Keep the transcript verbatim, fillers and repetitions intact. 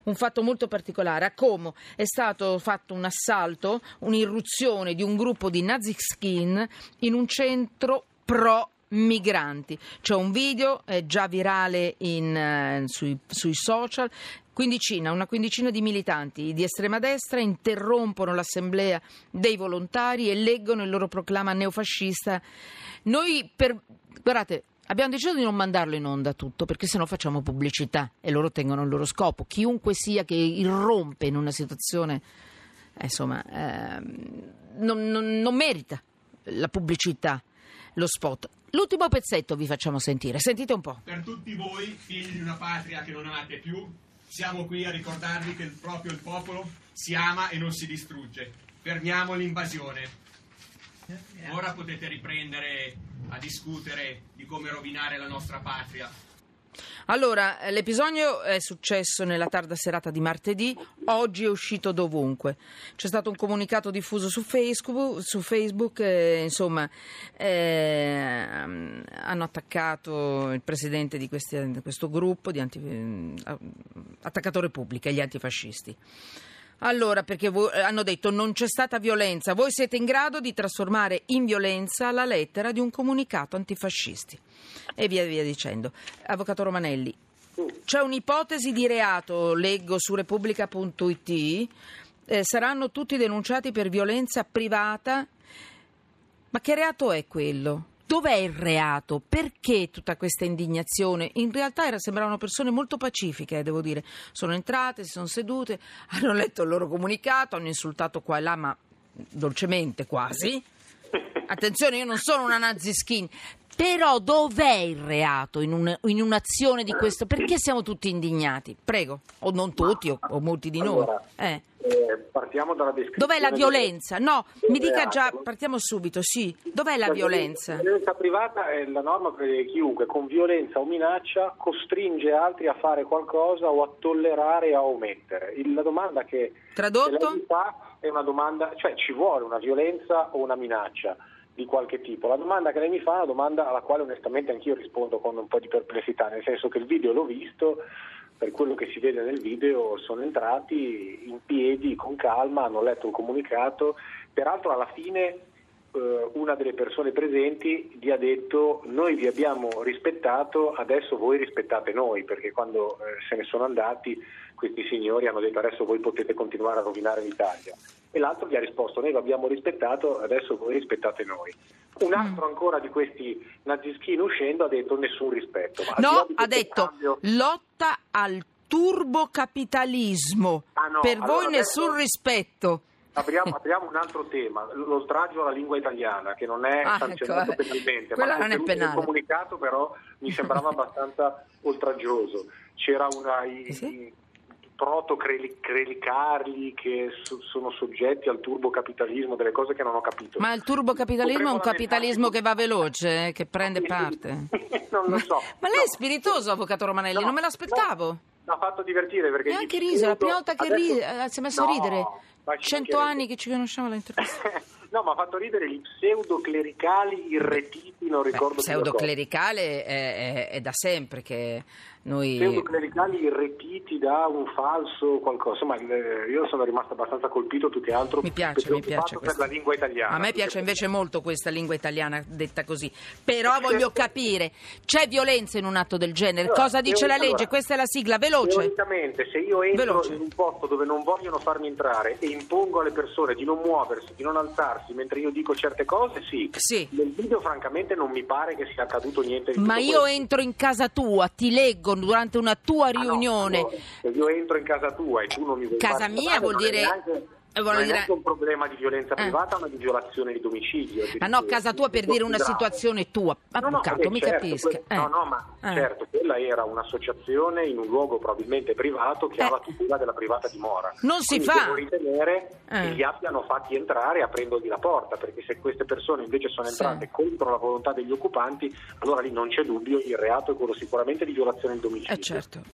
Un fatto molto particolare. A Como è stato fatto un assalto, un'irruzione di un gruppo di Naziskin in un centro pro migranti. C'è un video è già virale in, eh, sui, sui social. Quindicina, una quindicina di militanti di estrema destra interrompono l'assemblea dei volontari e leggono il loro proclama neofascista. Noi per guardate abbiamo deciso di non mandarlo in onda tutto, perché sennò facciamo pubblicità e loro tengono il loro scopo. Chiunque sia che irrompe in una situazione, eh, insomma, eh, non, non, non merita la pubblicità, lo spot. L'ultimo pezzetto vi facciamo sentire, sentite un po'. Per tutti voi, figli di una patria che non amate più, siamo qui a ricordarvi che il, proprio il popolo si ama e non si distrugge. Fermiamo l'invasione. Ora potete riprendere a discutere di come rovinare la nostra patria. Allora, l'episodio è successo nella tarda serata di martedì, oggi è uscito dovunque. C'è stato un comunicato diffuso su Facebook, su Facebook eh, insomma, eh, hanno attaccato il presidente di, questi, di questo gruppo, di anti, eh, attaccato Repubblica, gli antifascisti. Allora, perché vo- hanno detto non c'è stata violenza, voi siete in grado di trasformare in violenza la lettera di un comunicato antifascisti e via via dicendo. Avvocato Romanelli, c'è un'ipotesi di reato, leggo su Repubblica punto it, eh, saranno tutti denunciati per violenza privata, ma che reato è quello? Dov'è il reato? Perché tutta questa indignazione? In realtà era, sembravano persone molto pacifiche, eh, devo dire. Sono entrate, si sono sedute, hanno letto il loro comunicato, hanno insultato qua e là, ma dolcemente quasi. Attenzione, io non sono una Naziskin. Però dov'è il reato in, un, in un'azione di questo? Perché siamo tutti indignati? Prego. O non tutti, o, o molti di noi. Allora, eh. Eh, partiamo dalla descrizione. Dov'è la violenza? No, mi dica già, reato. Partiamo subito, sì. Dov'è la, la violenza? La violenza privata è la norma per chiunque con violenza o minaccia costringe altri a fare qualcosa o a tollerare e a omettere. Il, la domanda che Tradotto? che lei fa è una domanda, cioè ci vuole una violenza o una minaccia di qualche tipo. La domanda che lei mi fa è una domanda alla quale onestamente anch'io rispondo con un po' di perplessità, nel senso che il video l'ho visto, per quello che si vede nel video sono entrati in piedi con calma, hanno letto il comunicato, peraltro alla fine eh, una delle persone presenti gli ha detto noi vi abbiamo rispettato, adesso voi rispettate noi, perché quando eh, se ne sono andati questi signori hanno detto adesso voi potete continuare a rovinare l'Italia. E l'altro gli ha risposto noi vi abbiamo rispettato, adesso voi rispettate noi. Un altro ancora di questi Naziskin uscendo ha detto nessun rispetto. Ma no, ha detto cambio... lotta al turbocapitalismo. Ah, no, per allora voi nessun adesso... rispetto. Apriamo, apriamo un altro tema, lo sdraggio alla lingua italiana, che non è ah, sanzionato ecco, penalmente, quella ma non è penale. Il comunicato però mi sembrava abbastanza oltraggioso. C'era una... I, sì? i, proto-crelicari che so, sono soggetti al turbocapitalismo, delle cose che non ho capito. Ma il turbocapitalismo è un capitalismo che va veloce, eh, che prende parte. Non lo so. Ma lei è spiritoso, avvocato Romanelli, no, non me l'aspettavo. No, mi ha fatto divertire perché... E anche riso, la prima volta che adesso... ride, si è messo no, a ridere. Cento anni che ci conosciamo all'intervista. No, mi ha fatto ridere gli pseudoclericali irretiti, non ricordo più. Pseudoclericale è, è, è da sempre che noi... Pseudoclericali irretiti da un falso qualcosa. Insomma, io sono rimasto abbastanza colpito più che altro. Mi piace, mi piace per la lingua italiana. A me piace invece molto questa lingua italiana detta così. Però voglio capire, c'è violenza in un atto del genere? Allora, cosa dice la legge? Allora, questa è la sigla, veloce. Teoricamente, se io entro veloce. in un posto dove non vogliono farmi entrare e impongo alle persone di non muoversi, di non alzarsi mentre io dico certe cose, sì. Sì. Nel video francamente non mi pare che sia accaduto niente di Ma tutto io questo. Entro in casa tua, ti leggo durante una tua riunione. Ah, no, se io entro in casa tua e tu non mi vuoi casa fare mia vuol dire neanche, vuol non è dire neanche un problema di violenza eh. privata, ma di violazione di domicilio. Ma no, casa tua per dire una situazione tua, avvocato, no, no, mi certo, capisca. Que- eh. No, no, ma eh. certo, quella era un'associazione in un luogo probabilmente privato che eh. ha la tutela della privata dimora. Non si Quindi fa. devo ritenere eh. che li abbiano fatti entrare aprendogli la porta, perché se queste persone invece sono entrate sì. contro la volontà degli occupanti, allora lì non c'è dubbio, il reato è quello sicuramente di violazione del domicilio. Eh certo.